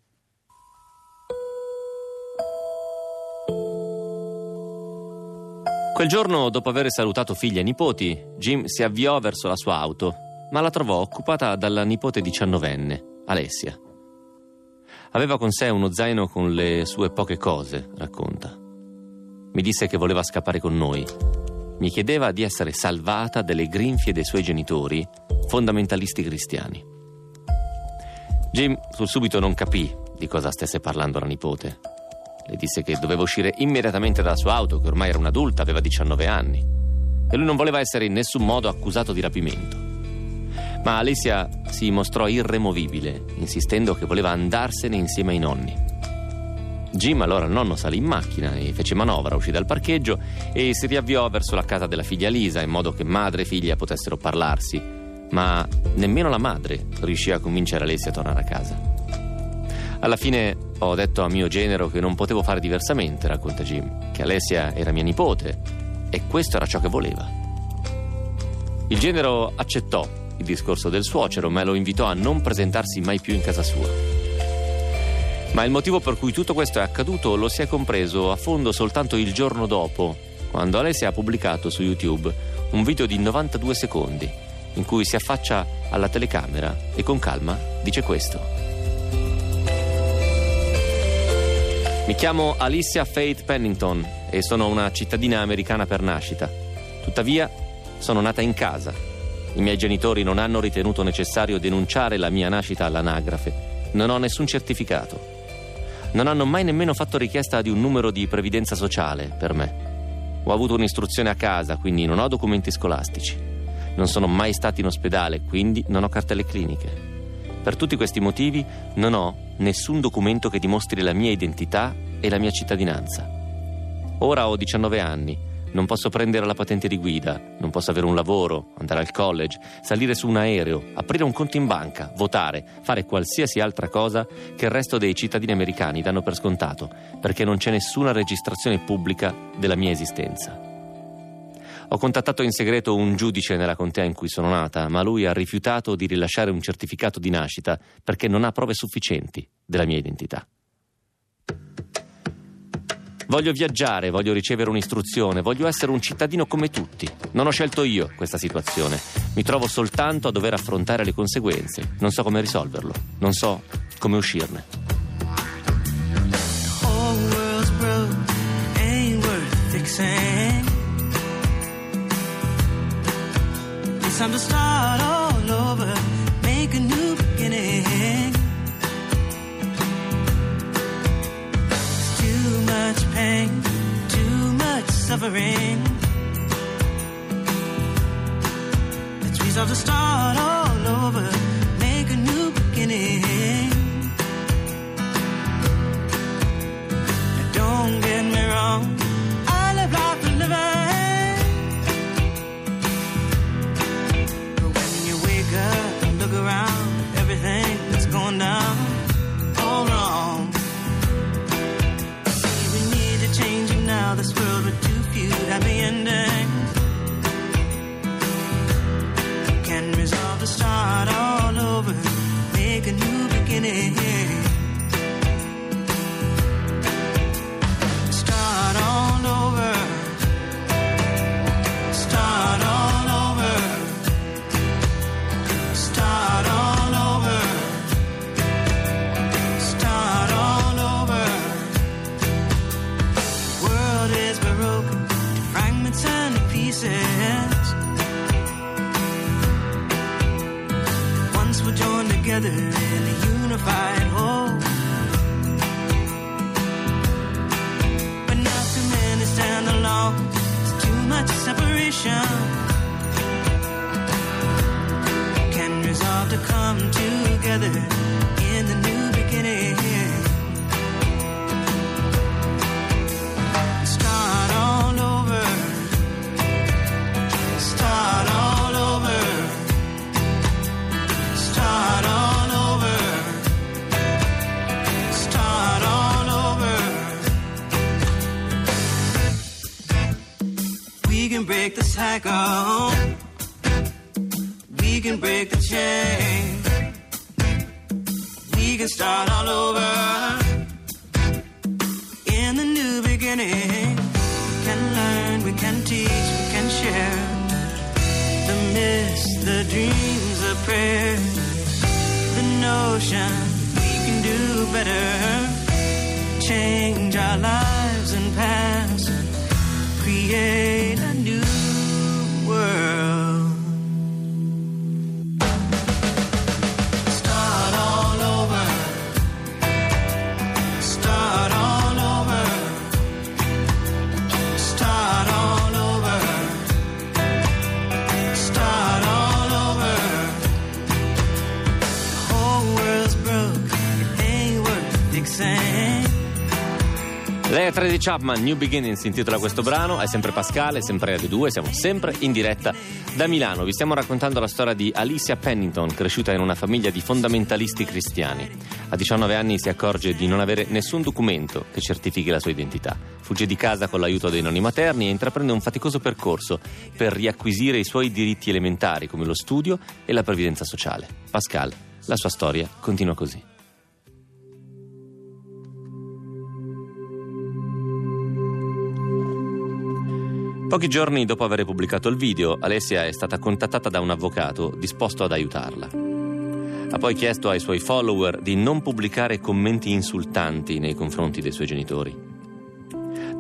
Quel giorno, dopo aver salutato figli e nipoti, Jim si avviò verso la sua auto, ma la trovò occupata dalla nipote diciannovenne, Alessia. Aveva con sé uno zaino con le sue poche cose, racconta. Mi disse che voleva scappare con noi. Mi chiedeva di essere salvata dalle grinfie dei suoi genitori, fondamentalisti cristiani. Jim sul subito non capì di cosa stesse parlando la nipote. Le disse che doveva uscire immediatamente dalla sua auto, che ormai era un'adulta, aveva diciannove anni, e lui non voleva essere in nessun modo accusato di rapimento. Ma Alessia si mostrò irremovibile, insistendo che voleva andarsene insieme ai nonni. Jim allora, il nonno, salì in macchina e fece manovra, uscì dal parcheggio e si riavviò verso la casa della figlia Lisa, in modo che madre e figlia potessero parlarsi. Ma nemmeno la madre riuscì a convincere Alessia a tornare a casa. Alla fine ho detto a mio genero che non potevo fare diversamente, racconta Jim, che Alessia era mia nipote e questo era ciò che voleva. Il genero accettò il discorso del suocero, ma lo invitò a non presentarsi mai più in casa sua. Ma il motivo per cui tutto questo è accaduto lo si è compreso a fondo soltanto il giorno dopo, quando Alessia ha pubblicato su YouTube un video di novantadue secondi in cui si affaccia alla telecamera e con calma dice questo. Mi chiamo Alicia Faith Pennington e sono una cittadina americana per nascita. Tuttavia, Sono nata in casa. I miei genitori non hanno ritenuto necessario denunciare la mia nascita all'anagrafe. Non ho nessun certificato. Non hanno mai nemmeno fatto richiesta di un numero di previdenza sociale per me. Ho avuto un'istruzione a casa, quindi non ho documenti scolastici. Non sono mai stato in ospedale, quindi non ho cartelle cliniche. Per tutti questi motivi non ho nessun documento che dimostri la mia identità e la mia cittadinanza. Ora ho diciannove anni, non posso prendere la patente di guida, non posso avere un lavoro, andare al college, salire su un aereo, aprire un conto in banca, votare, fare qualsiasi altra cosa che il resto dei cittadini americani danno per scontato, perché non c'è nessuna registrazione pubblica della mia esistenza. Ho contattato in segreto un giudice nella contea in cui sono nata, ma lui ha rifiutato di rilasciare un certificato di nascita perché non ha prove sufficienti della mia identità. Voglio viaggiare, voglio ricevere un'istruzione, voglio essere un cittadino come tutti. Non ho scelto io questa situazione. Mi trovo soltanto a dover affrontare le conseguenze. Non so come risolverlo, non so come uscirne. The whole world's broke, ain't worth fixing. It's time to start all over, make a new beginning. There's too much pain, too much suffering. Let's resolve to start all over, make a new beginning. Now don't get me wrong, I live life for living. Look around, everything that's going down, all wrong. See, we need to change it now, this world with too few happy endings. Can resolve to start all over, make a new beginning. Start all over, start all over. Start all over. Start all over. The world is broken to fragments and to pieces. Once we're joined together in a unified whole. But not too many stand alone. There's too much separation. Resolve to come together in the new beginning. Start all over. Start all over. Start all over. Start all over. We can break the cycle. We can break the chain. We can start all over in the new beginning. We can learn, we can teach, we can share the myths, the dreams, the prayers, the notion we can do better. Change our lives and past, create a new world. Lei è Tracy Chapman, New Beginnings si intitola questo brano, è sempre Pascale, è sempre Radio due, siamo sempre in diretta da Milano. Vi stiamo raccontando la storia di Alicia Pennington, cresciuta in una famiglia di fondamentalisti cristiani. A diciannove anni si accorge di non avere nessun documento che certifichi la sua identità. Fugge di casa con l'aiuto dei nonni materni e intraprende un faticoso percorso per riacquisire i suoi diritti elementari come lo studio e la previdenza sociale. Pascal, la sua storia continua così. Pochi giorni dopo aver pubblicato il video, Alessia è stata contattata da un avvocato disposto ad aiutarla. Ha poi chiesto ai suoi follower di non pubblicare commenti insultanti nei confronti dei suoi genitori.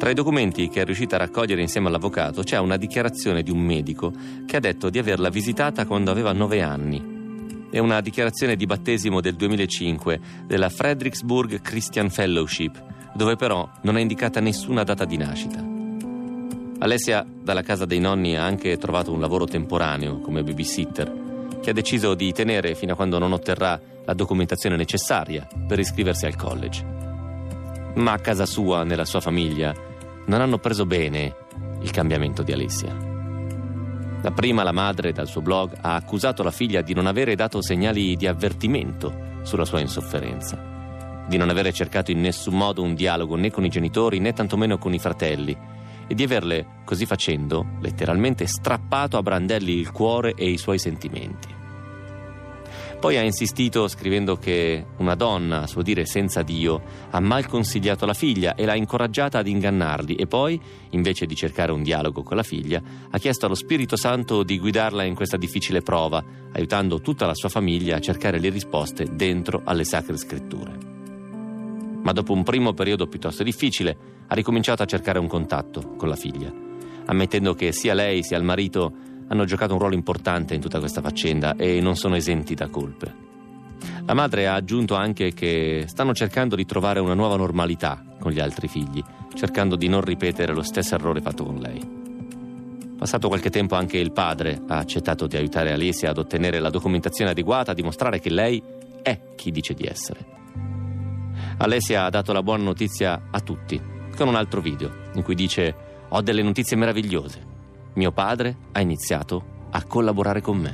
Tra i documenti che è riuscita a raccogliere insieme all'avvocato c'è una dichiarazione di un medico che ha detto di averla visitata quando aveva nove anni. È una dichiarazione di battesimo del duemilacinque della Fredericksburg Christian Fellowship, dove però non è indicata nessuna data di nascita. Alessia dalla casa dei nonni ha anche trovato un lavoro temporaneo come babysitter, che ha deciso di tenere fino a quando non otterrà la documentazione necessaria per iscriversi al college. Ma a casa sua, nella sua famiglia, non hanno preso bene il cambiamento di Alessia. Dapprima la madre, dal suo blog, ha accusato la figlia di non avere dato segnali di avvertimento sulla sua insofferenza, di non avere cercato in nessun modo un dialogo né con i genitori né tantomeno con i fratelli, e di averle, così facendo, letteralmente strappato a brandelli il cuore e i suoi sentimenti. Poi ha insistito scrivendo che una donna, a suo dire senza Dio, ha mal consigliato la figlia e l'ha incoraggiata ad ingannarli, e poi, invece di cercare un dialogo con la figlia, ha chiesto allo Spirito Santo di guidarla in questa difficile prova, aiutando tutta la sua famiglia a cercare le risposte dentro alle Sacre Scritture. Ma dopo un primo periodo piuttosto difficile, ha ricominciato a cercare un contatto con la figlia, ammettendo che sia lei sia il marito hanno giocato un ruolo importante in tutta questa faccenda e non sono esenti da colpe. La madre ha aggiunto anche che stanno cercando di trovare una nuova normalità con gli altri figli, cercando di non ripetere lo stesso errore fatto con lei. Passato qualche tempo anche il padre ha accettato di aiutare Alessia ad ottenere la documentazione adeguata a dimostrare che lei è chi dice di essere. Alessia ha dato la buona notizia a tutti, con un altro video in cui dice: «Ho delle notizie meravigliose. Mio padre ha iniziato a collaborare con me».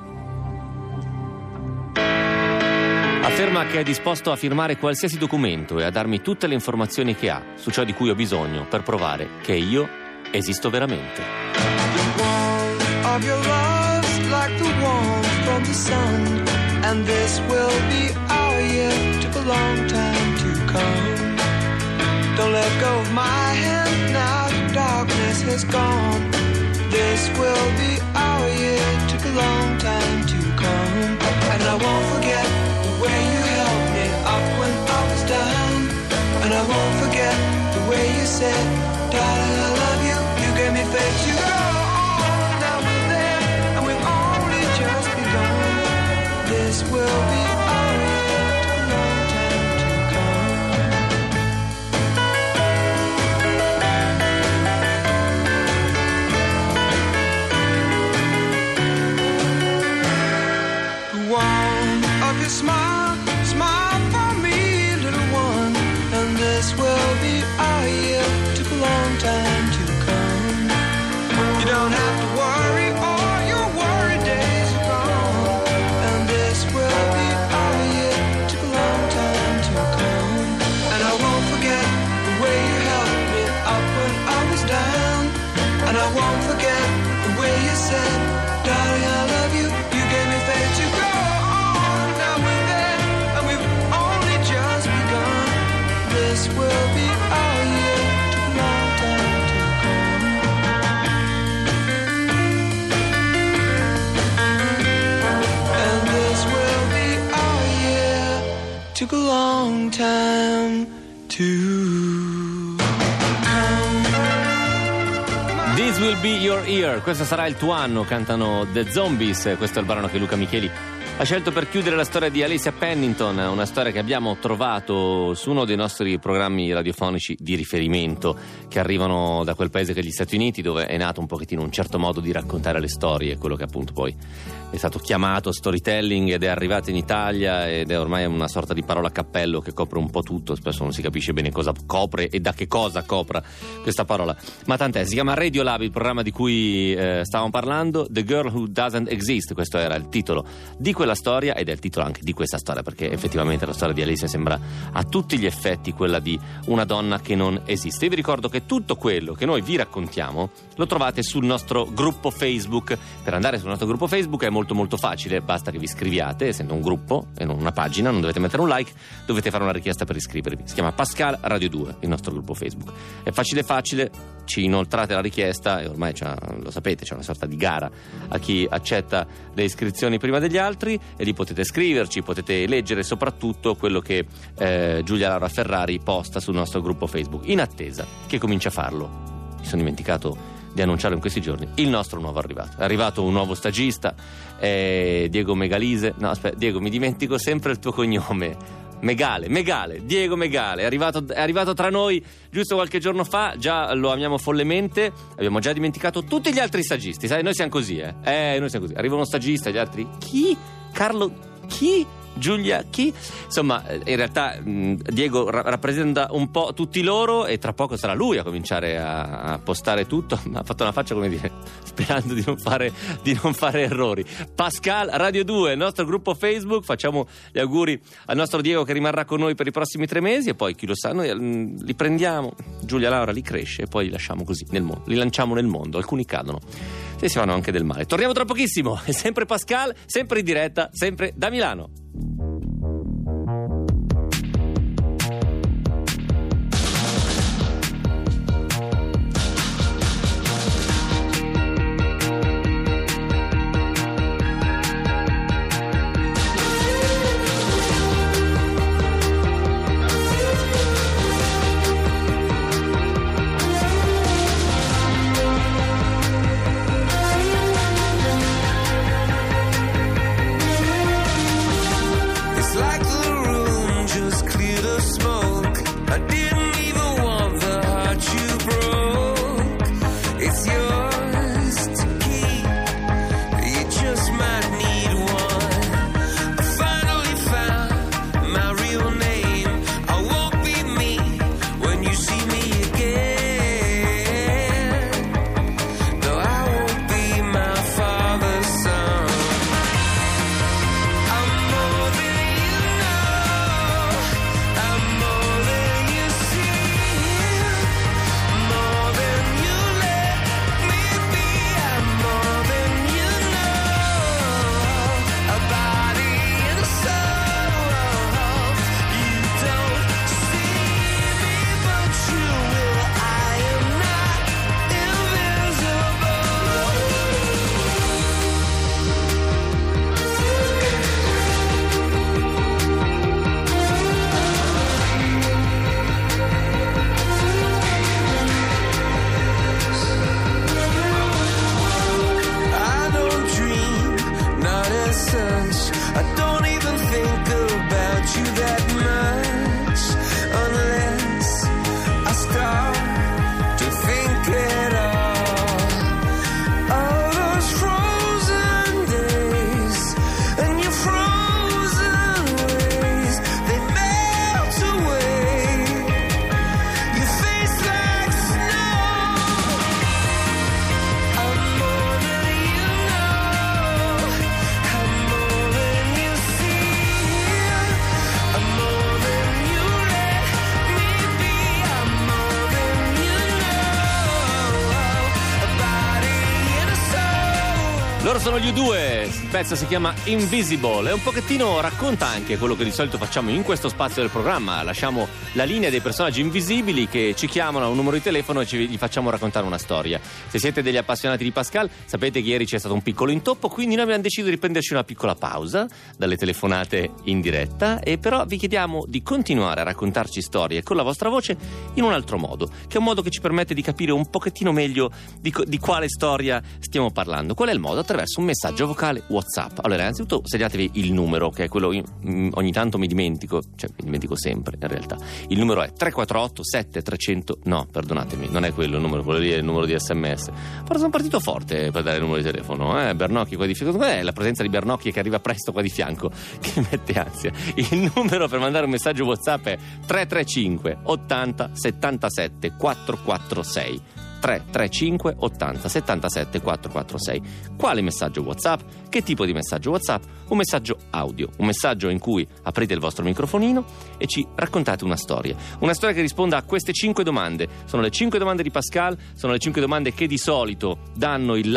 Afferma che è disposto a firmare qualsiasi documento e a darmi tutte le informazioni che ha su ciò di cui ho bisogno per provare che io esisto veramente. The warmth of your love's like the warmth from the sun, and this will be our year. Took a long time to come. Don't let go of my hand now, the darkness has gone. This will be our year, took a long time to come. And I won't forget the way you held me up when I was down. And I won't forget the way you said, darling, I love you. You gave me faith to go on. Now we're there, and we've only just begun. This will be our year, took a long time to come. Warmth of your smile, smile for me, little one. And this will be our year, took a long time to come. You don't have to worry, all your worry days are gone. And this will be our year, took a long time to come. And I won't forget the way you held me up when I was down. And I won't forget the way you said, darling, I love you. You gave me faith to go on. Now we're there, and we've only just begun. This will be our year, took a long time to come. And this will be our year, took a long time to come. This will be your year, questo sarà il tuo anno, cantano The Zombies. Questo è il brano che Luca Micheli ha scelto per chiudere la storia di Alessia Pennington, una storia che abbiamo trovato su uno dei nostri programmi radiofonici di riferimento che arrivano da quel paese che è gli Stati Uniti, dove è nato un pochettino un certo modo di raccontare le storie, quello che appunto poi è stato chiamato storytelling ed è arrivato in Italia ed è ormai una sorta di parola a cappello che copre un po' tutto. Spesso non si capisce bene cosa copre e da che cosa copra questa parola, ma tant'è. Si chiama Radiolab, il programma di cui eh, stavamo parlando. The Girl Who Doesn't Exist, questo era il titolo di quella storia ed è il titolo anche di questa storia, perché effettivamente la storia di Alessia sembra a tutti gli effetti quella di una donna che non esiste. Io vi ricordo che tutto quello che noi vi raccontiamo lo trovate sul nostro gruppo Facebook. Per andare sul nostro gruppo Facebook è molto molto facile, basta che vi iscriviate, essendo un gruppo e non una pagina, non dovete mettere un like, dovete fare una richiesta per iscrivervi. Si chiama Pascal Radio due, il nostro gruppo Facebook. È facile facile, ci inoltrate la richiesta e ormai lo sapete, c'è una sorta di gara a chi accetta le iscrizioni prima degli altri. e lì potete scriverci, potete leggere soprattutto quello che eh, Giulia Laura Ferrari posta sul nostro gruppo Facebook, in attesa che cominci a farlo. Mi sono dimenticato di annunciarlo in questi giorni, il nostro nuovo arrivato. È arrivato un nuovo stagista, eh, Diego Megalise. No, aspetta, Diego, mi dimentico sempre il tuo cognome. Megale, Megale, Diego Megale, è arrivato, è arrivato tra noi giusto qualche giorno fa, già lo amiamo follemente, abbiamo già dimenticato tutti gli altri stagisti, sai, noi siamo così, eh, eh noi siamo così, arriva uno stagista, gli altri, chi? Carlo, chi? Giulia, chi? Insomma, in realtà mh, Diego ra- rappresenta un po' tutti loro e tra poco sarà lui a cominciare a, a postare tutto. Ma ha fatto una faccia, come dire, sperando di non fare, di non fare errori. Pascal Radio due, il nostro gruppo Facebook, facciamo gli auguri al nostro Diego che rimarrà con noi per i prossimi tre mesi e poi chi lo sa, noi mh, li prendiamo, Giulia Laura li cresce e poi li lasciamo così nel mondo, li lanciamo nel mondo, alcuni cadono e si fanno anche del male. Torniamo tra pochissimo, è sempre Pascal, sempre in diretta, sempre da Milano. Loro sono gli U due, il pezzo si chiama Invisible e un pochettino racconta anche quello che di solito facciamo in questo spazio del programma. Lasciamo la linea dei personaggi invisibili che ci chiamano a un numero di telefono e ci, gli facciamo raccontare una storia. Se siete degli appassionati di Pascal, sapete che ieri c'è stato un piccolo intoppo, quindi noi abbiamo deciso di prenderci una piccola pausa dalle telefonate in diretta, e però vi chiediamo di continuare a raccontarci storie con la vostra voce in un altro modo, che è un modo che ci permette di capire un pochettino meglio di, di quale storia stiamo parlando. Qual è il modo? Attraverso un messaggio vocale WhatsApp. Allora, innanzitutto segnatevi il numero, che è quello io, mh, ogni tanto mi dimentico, cioè mi dimentico sempre in realtà. Il numero è tre quattro otto sette tre zero zero. No, perdonatemi, non è quello il numero, quello lì è il numero di sms. Però sono partito forte per dare il numero di telefono, eh? Bernocchi qua di fianco. È la presenza di Bernocchi che arriva presto qua di fianco che mette ansia. Il numero per mandare un messaggio WhatsApp è tre tre cinque ottanta settantasette quattrocentoquarantasei. tre tre cinque ottanta settantasette quattrocentoquarantasei. Quale messaggio WhatsApp? Che tipo di messaggio WhatsApp? Un messaggio audio, un messaggio in cui aprite il vostro microfonino e ci raccontate una storia. Una storia che risponda a queste cinque domande. Sono le cinque domande di Pascal, sono le cinque domande che di solito danno il là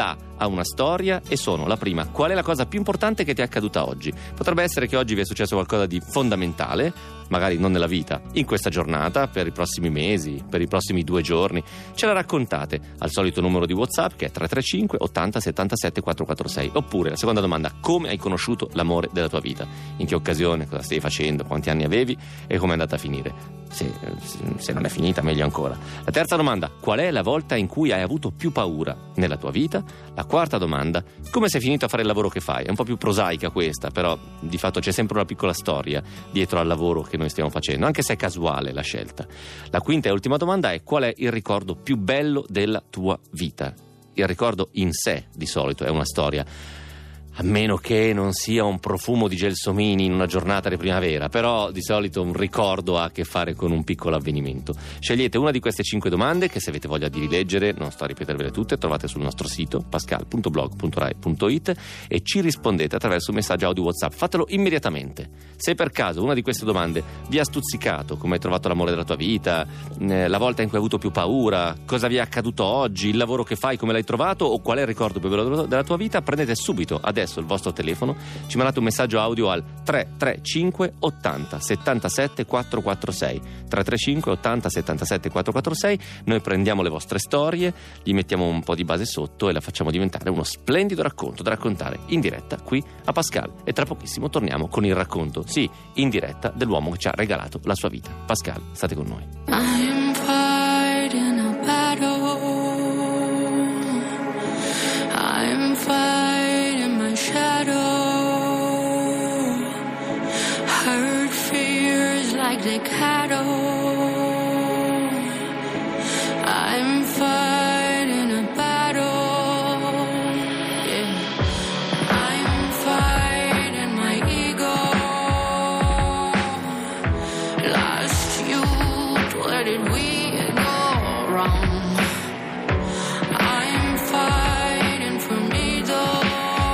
ha una storia e sono la prima: qual è la cosa più importante che ti è accaduta oggi? Potrebbe essere che oggi vi è successo qualcosa di fondamentale, magari non nella vita, in questa giornata, per i prossimi mesi, per i prossimi due giorni. Ce la raccontate al solito numero di WhatsApp, che è tre tre cinque ottanta settantasette quattrocentoquarantasei. Oppure la seconda domanda: come hai conosciuto l'amore della tua vita? In che occasione? Cosa stai facendo? Quanti anni avevi? E come è andata a finire? Se, se non è finita, meglio ancora. La terza domanda: qual è la volta in cui hai avuto più paura nella tua vita? La quarta domanda: come sei finito a fare il lavoro che fai? È un po' più prosaica questa, però di fatto c'è sempre una piccola storia dietro al lavoro che noi stiamo facendo, anche se è casuale la scelta. La quinta e ultima domanda è: qual è il ricordo più bello della tua vita? Il ricordo in sé di solito è una storia, a meno che non sia un profumo di gelsomini in una giornata di primavera, però di solito un ricordo ha a che fare con un piccolo avvenimento. Scegliete una di queste cinque domande che, se avete voglia di rileggere, non sto a ripetervele tutte, trovate sul nostro sito pascal punto blog punto rai punto it e ci rispondete attraverso un messaggio audio WhatsApp. Fatelo immediatamente. Se per caso una di queste domande vi ha stuzzicato: come hai trovato l'amore della tua vita, eh, la volta in cui hai avuto più paura, cosa vi è accaduto oggi, il lavoro che fai, come l'hai trovato, o qual è il ricordo più bello della tua vita, prendete subito adesso il vostro telefono, ci mandate un messaggio audio al tre tre cinque ottanta settantasette quattrocentoquarantasei tre tre cinque ottanta settantasette quattrocentoquarantasei. Noi prendiamo le vostre storie, gli mettiamo un po' di base sotto e la facciamo diventare uno splendido racconto da raccontare in diretta qui a Pascal. E tra pochissimo torniamo con il racconto, sì, in diretta, dell'uomo che ci ha regalato la sua vita. Pascal, state con noi. I'm fighting a battle. I'm fighting my shadow. Hurt fears like the cattle. I'm fighting a battle. Yeah. I'm fighting my ego. Lost youth, where did we go wrong? I'm fighting for me though.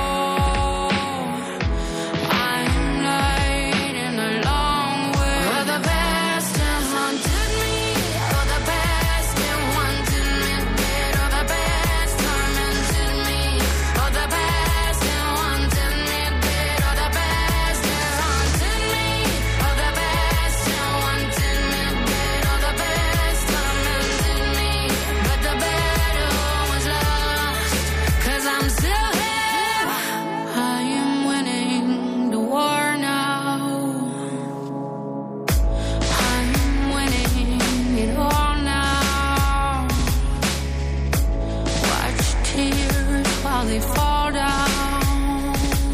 I'm lighting a long way. For the best that haunted me, for the best that wanted me dead, for the best tormented me, for the best that wanted me dead, for the best that haunted me, for the best that wanted me dead, for the best tormented me. But the battle was lost, 'cause I'm still here. I am winning the war now. I'm winning it all now. Watch tears while they fall down.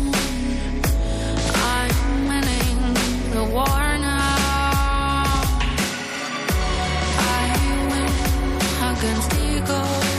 I'm winning the war now. I win against ego.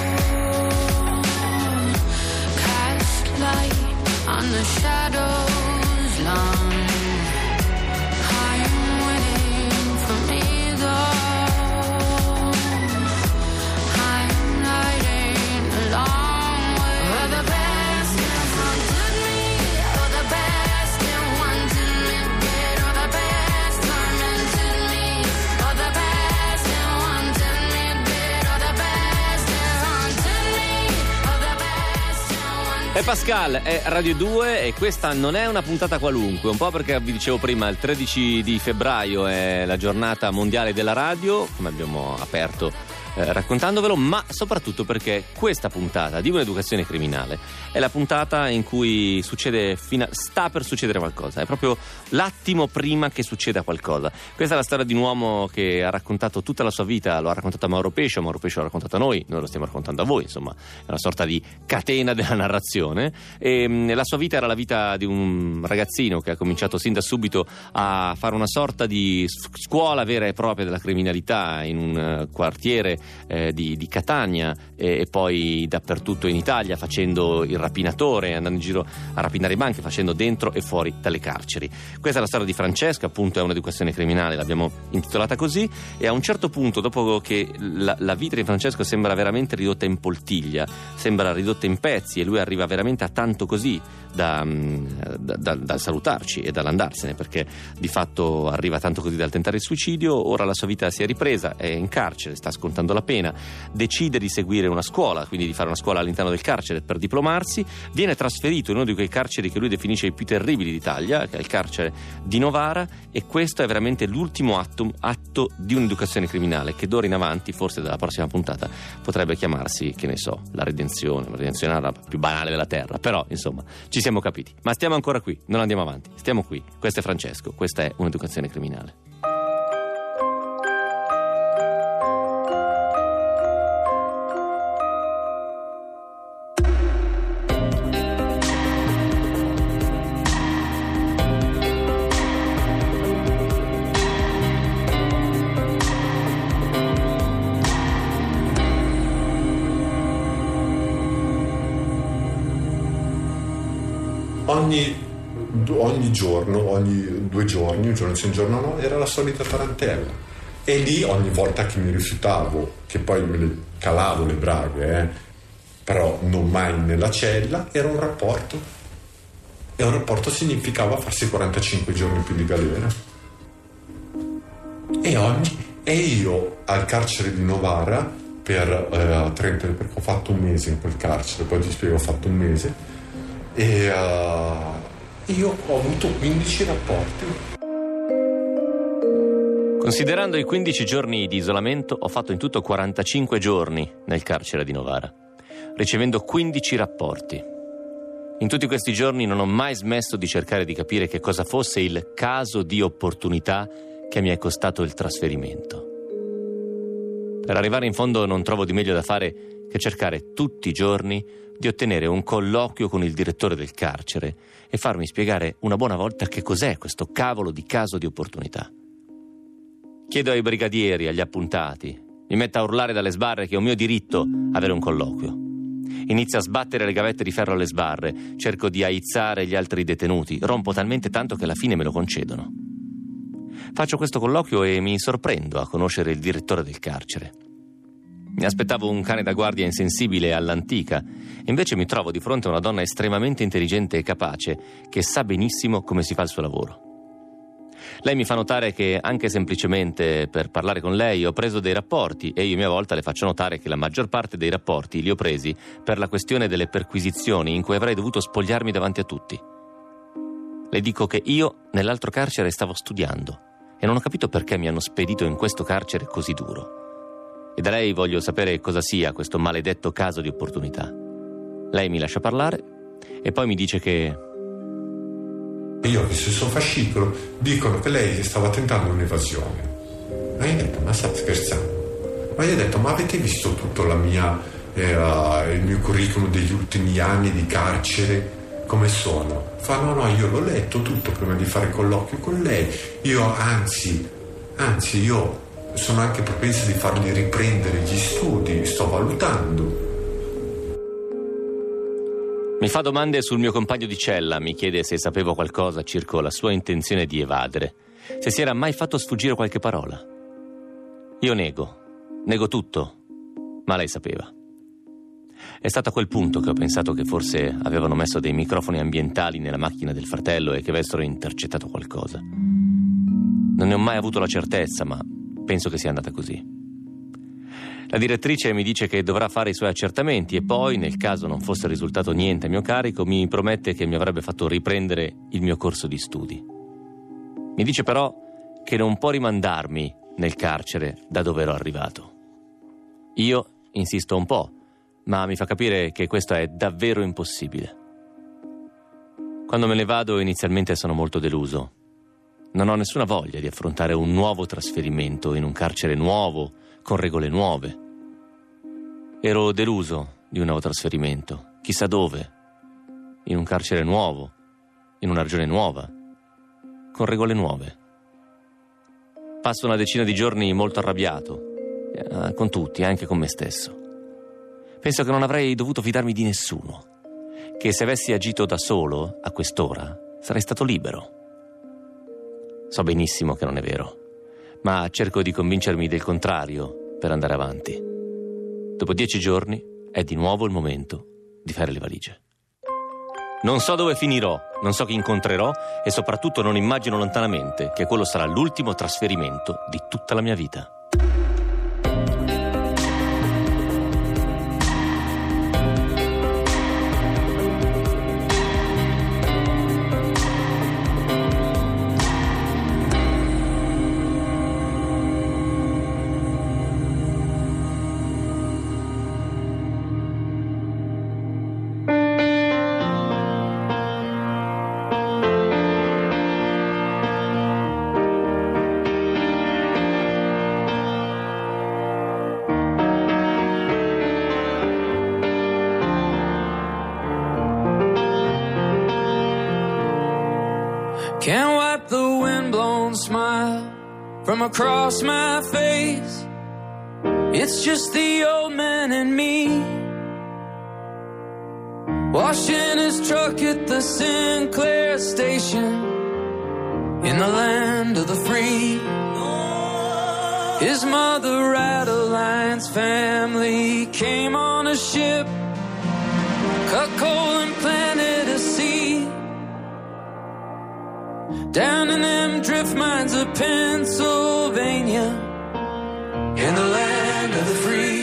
Cast light on the shadows long. I'm winning for me though. I'm lighting a long way. For the best that haunted me, for the best that wanted me dead, for the best tormented me, for the best that wanted me dead, for the best that haunted me, for the best that wanted. È Pascal, è Radio due e questa non è una puntata qualunque, un po' perché vi dicevo prima, il tredici di febbraio è la giornata mondiale della radio, come abbiamo aperto eh, raccontandovelo, ma soprattutto perché questa puntata di Un'educazione criminale è la puntata in cui succede fina- sta per succedere qualcosa, è proprio l'attimo prima che succeda qualcosa. Questa è la storia di un uomo che ha raccontato tutta la sua vita, lo ha raccontato a Mauro Pescio, Mauro Pescio l'ha raccontato a noi, noi lo stiamo raccontando a voi, insomma è una sorta di catena della narrazione. E mh, la sua vita era la vita di un ragazzino che ha cominciato sin da subito a fare una sorta di s- scuola vera e propria della criminalità in un uh, quartiere eh, di, di Catania e, e poi dappertutto in Italia, facendo il rapinatore, andando in giro a rapinare banche, facendo dentro e fuori dalle carceri. Questa è la storia di Francesco, appunto è un'educazione criminale, l'abbiamo intitolata così, e a un certo punto, dopo che la, la vita di Francesco sembra veramente ridotta in poltiglia, sembra ridotta in pezzi e lui arriva veramente a tanto così da, da, da, da salutarci e dall'andarsene, perché di fatto arriva tanto così dal tentare il suicidio, ora la sua vita si è ripresa, è in carcere, sta scontando la la pena, decide di seguire una scuola, quindi di fare una scuola all'interno del carcere per diplomarsi, viene trasferito in uno di quei carceri che lui definisce i più terribili d'Italia, che è il carcere di Novara, e questo è veramente l'ultimo atto, atto di un'educazione criminale che d'ora in avanti, forse dalla prossima puntata, potrebbe chiamarsi, che ne so, la redenzione, la redenzione è la più banale della terra, però insomma ci siamo capiti. Ma stiamo ancora qui, non andiamo avanti, stiamo qui. Questo è Francesco, questa è un'educazione criminale. Ogni, ogni giorno, ogni due giorni, un giorno sì, un giorno no, era la solita tarantella. E lì ogni volta che mi rifiutavo, che poi me le calavo le braghe, eh, però non mai nella cella, era un rapporto. E un rapporto significava farsi quarantacinque giorni più di galera. E, ogni, e io al carcere di Novara per eh, trenta, perché ho fatto un mese in quel carcere, poi ti spiego, ho fatto un mese. E uh, io ho avuto quindici rapporti. Considerando i quindici giorni di isolamento, ho fatto in tutto quarantacinque giorni nel carcere di Novara, ricevendo quindici rapporti. In tutti questi giorni non ho mai smesso di cercare di capire che cosa fosse il caso di opportunità che mi è costato il trasferimento. Per arrivare in fondo non trovo di meglio da fare che cercare tutti i giorni di ottenere un colloquio con il direttore del carcere e farmi spiegare una buona volta che cos'è questo cavolo di caso di opportunità. Chiedo ai brigadieri, agli appuntati, mi metto a urlare dalle sbarre che è un mio diritto avere un colloquio. Inizio a sbattere le gavette di ferro alle sbarre, cerco di aizzare gli altri detenuti, rompo talmente tanto che alla fine me lo concedono. Faccio questo colloquio e mi sorprendo a conoscere il direttore del carcere. Mi aspettavo un cane da guardia insensibile all'antica, invece mi trovo di fronte a una donna estremamente intelligente e capace che sa benissimo come si fa il suo lavoro. Lei mi fa notare che anche semplicemente per parlare con lei ho preso dei rapporti e io a mia volta le faccio notare che la maggior parte dei rapporti li ho presi per la questione delle perquisizioni in cui avrei dovuto spogliarmi davanti a tutti. Le dico che io nell'altro carcere stavo studiando e non ho capito perché mi hanno spedito in questo carcere così duro. E da lei voglio sapere cosa sia questo maledetto caso di opportunità. Lei mi lascia parlare e poi mi dice che... Io ho visto il suo fascicolo, dicono che lei stava tentando un'evasione. Ma io ho detto, ma state scherzando? Ma io ho detto, ma avete visto tutto la mia, eh, il mio curriculum degli ultimi anni di carcere? Come sono? Fa, no, no, io l'ho letto tutto prima di fare colloquio con lei. Io, anzi, anzi, io... sono anche propensa di fargli riprendere gli studi, sto valutando. Mi fa domande sul mio compagno di cella, mi chiede se sapevo qualcosa circa la sua intenzione di evadere, se si era mai fatto sfuggire qualche parola. Io nego, nego tutto, ma lei sapeva. È stato a quel punto che ho pensato che forse avevano messo dei microfoni ambientali nella macchina del fratello e che avessero intercettato qualcosa. Non ne ho mai avuto la certezza, ma penso che sia andata così. La direttrice mi dice che dovrà fare i suoi accertamenti e poi, nel caso non fosse risultato niente a mio carico, mi promette che mi avrebbe fatto riprendere il mio corso di studi. Mi dice però che non può rimandarmi nel carcere da dove ero arrivato. Io insisto un po', ma mi fa capire che questo è davvero impossibile. Quando me ne vado inizialmente sono molto deluso. Non ho nessuna voglia di affrontare un nuovo trasferimento in un carcere nuovo, con regole nuove. Ero deluso di un nuovo trasferimento, chissà dove, in un carcere nuovo, in una regione nuova, con regole nuove. Passo una decina di giorni molto arrabbiato, eh, con tutti, anche con me stesso. Penso che non avrei dovuto fidarmi di nessuno, che se avessi agito da solo, a quest'ora, sarei stato libero. So benissimo che non è vero, ma cerco di convincermi del contrario per andare avanti. Dopo dieci giorni è di nuovo il momento di fare le valigie. Non so dove finirò, non so chi incontrerò e soprattutto non immagino lontanamente che quello sarà l'ultimo trasferimento di tutta la mia vita. wipe the windblown smile from across my face. It's just the old man and me, washing his truck at the Sinclair station in the land of the free. His mother, Adeline's family, came on a ship, cut coal and planted a seed down in them drift mines of Pennsylvania, in the land of the free.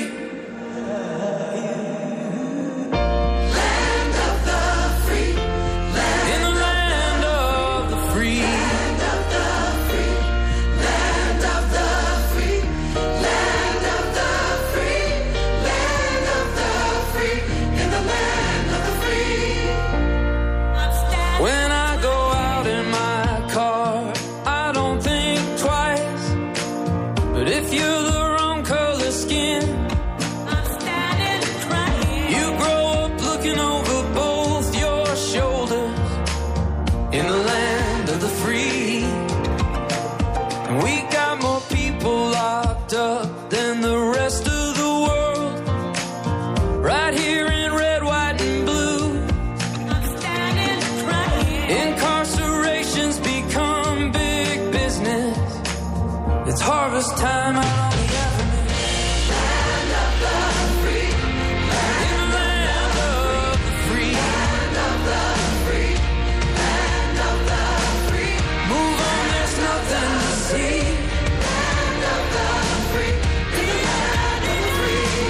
Land of the free. Land in the land of the free. Land of the free. Land of the free. Land of the free. Land of the free. In the land of the free. When I go out in my car, I don't think twice. But if you're the wrong color skin, I'm standing crying. You grow up looking over both your shoulders in the land of the free. And we got more people locked up than the rest of the world, right here in red, white, and blue. I'm standing crying. Incarceration's become big business. It's harvest time out on the avenue. Land of the free. In the land of the free. Land of the free. Land of the free. Move on, there's nothing to see. Land of the free. In the land of the free.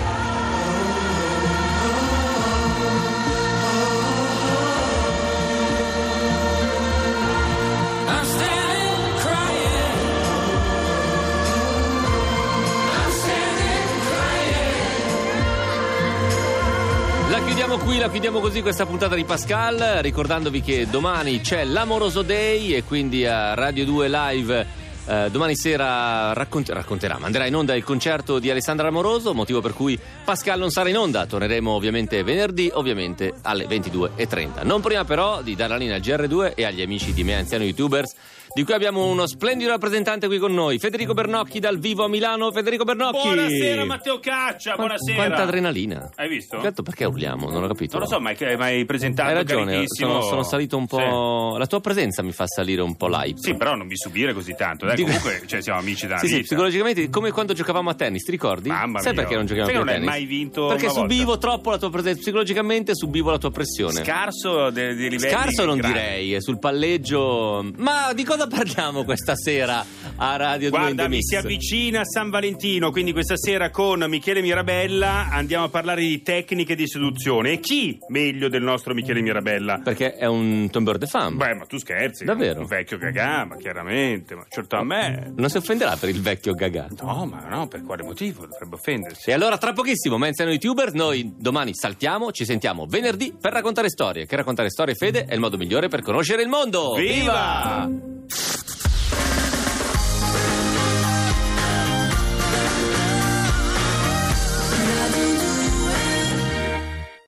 I'm standing crying. I'm standing crying. La chiudiamo qui, la chiudiamo così questa puntata di Pascal, ricordandovi che domani c'è l'Amoroso Day e quindi a Radio due Live eh, domani sera raccont- racconterà, manderà in onda il concerto di Alessandra Amoroso, motivo per cui Pascal non sarà in onda. Torneremo ovviamente venerdì, ovviamente alle ventidue e trenta. Non prima però di dare la linea al G R due e agli amici di Me Anziano YouTubers, di cui abbiamo uno splendido rappresentante qui con noi, Federico Bernocchi dal vivo a Milano. Federico Bernocchi! Buonasera Matteo Caccia, Qua- buonasera. Quanta adrenalina. Hai visto? Certo, perché urliamo? Non ho capito. Non lo so, ma hai ma hai presentato Hai ragione, carichissimo. sono, sono salito un po'. Sì. La tua presenza mi fa salire un po' l'hype. Sì, però non mi subire così tanto. Dai, Dico- comunque cioè, siamo amici da Sì, sì, vita. psicologicamente, come quando giocavamo a tennis, ti ricordi? Mamma Sai mia. perché non giochiamo Sai più che a non hai tennis? mai vinto Perché una subivo volta? troppo la tua presenza, psicologicamente subivo la tua pressione. Scarso dei, dei livelli Scarso non grandi. direi, eh, sul palleggio. Ma di cosa parliamo questa sera a Radio due in Guarda, The mi Mix? si avvicina San Valentino, quindi questa sera con Michele Mirabella andiamo a parlare di tecniche di seduzione. E chi meglio del nostro Michele Mirabella? Perché è un tombeur de femme. Beh, ma tu scherzi. Davvero? Un vecchio gagà, ma chiaramente, ma certo a me. Non si offenderà per il vecchio Gaga. No, ma no, per quale motivo? Dovrebbe offendersi. E allora tra pochissimo Me Anziano YouTubers, noi domani saltiamo, ci sentiamo venerdì per raccontare storie. Che raccontare storie, Fede, è il modo migliore per conoscere il mondo. Viva!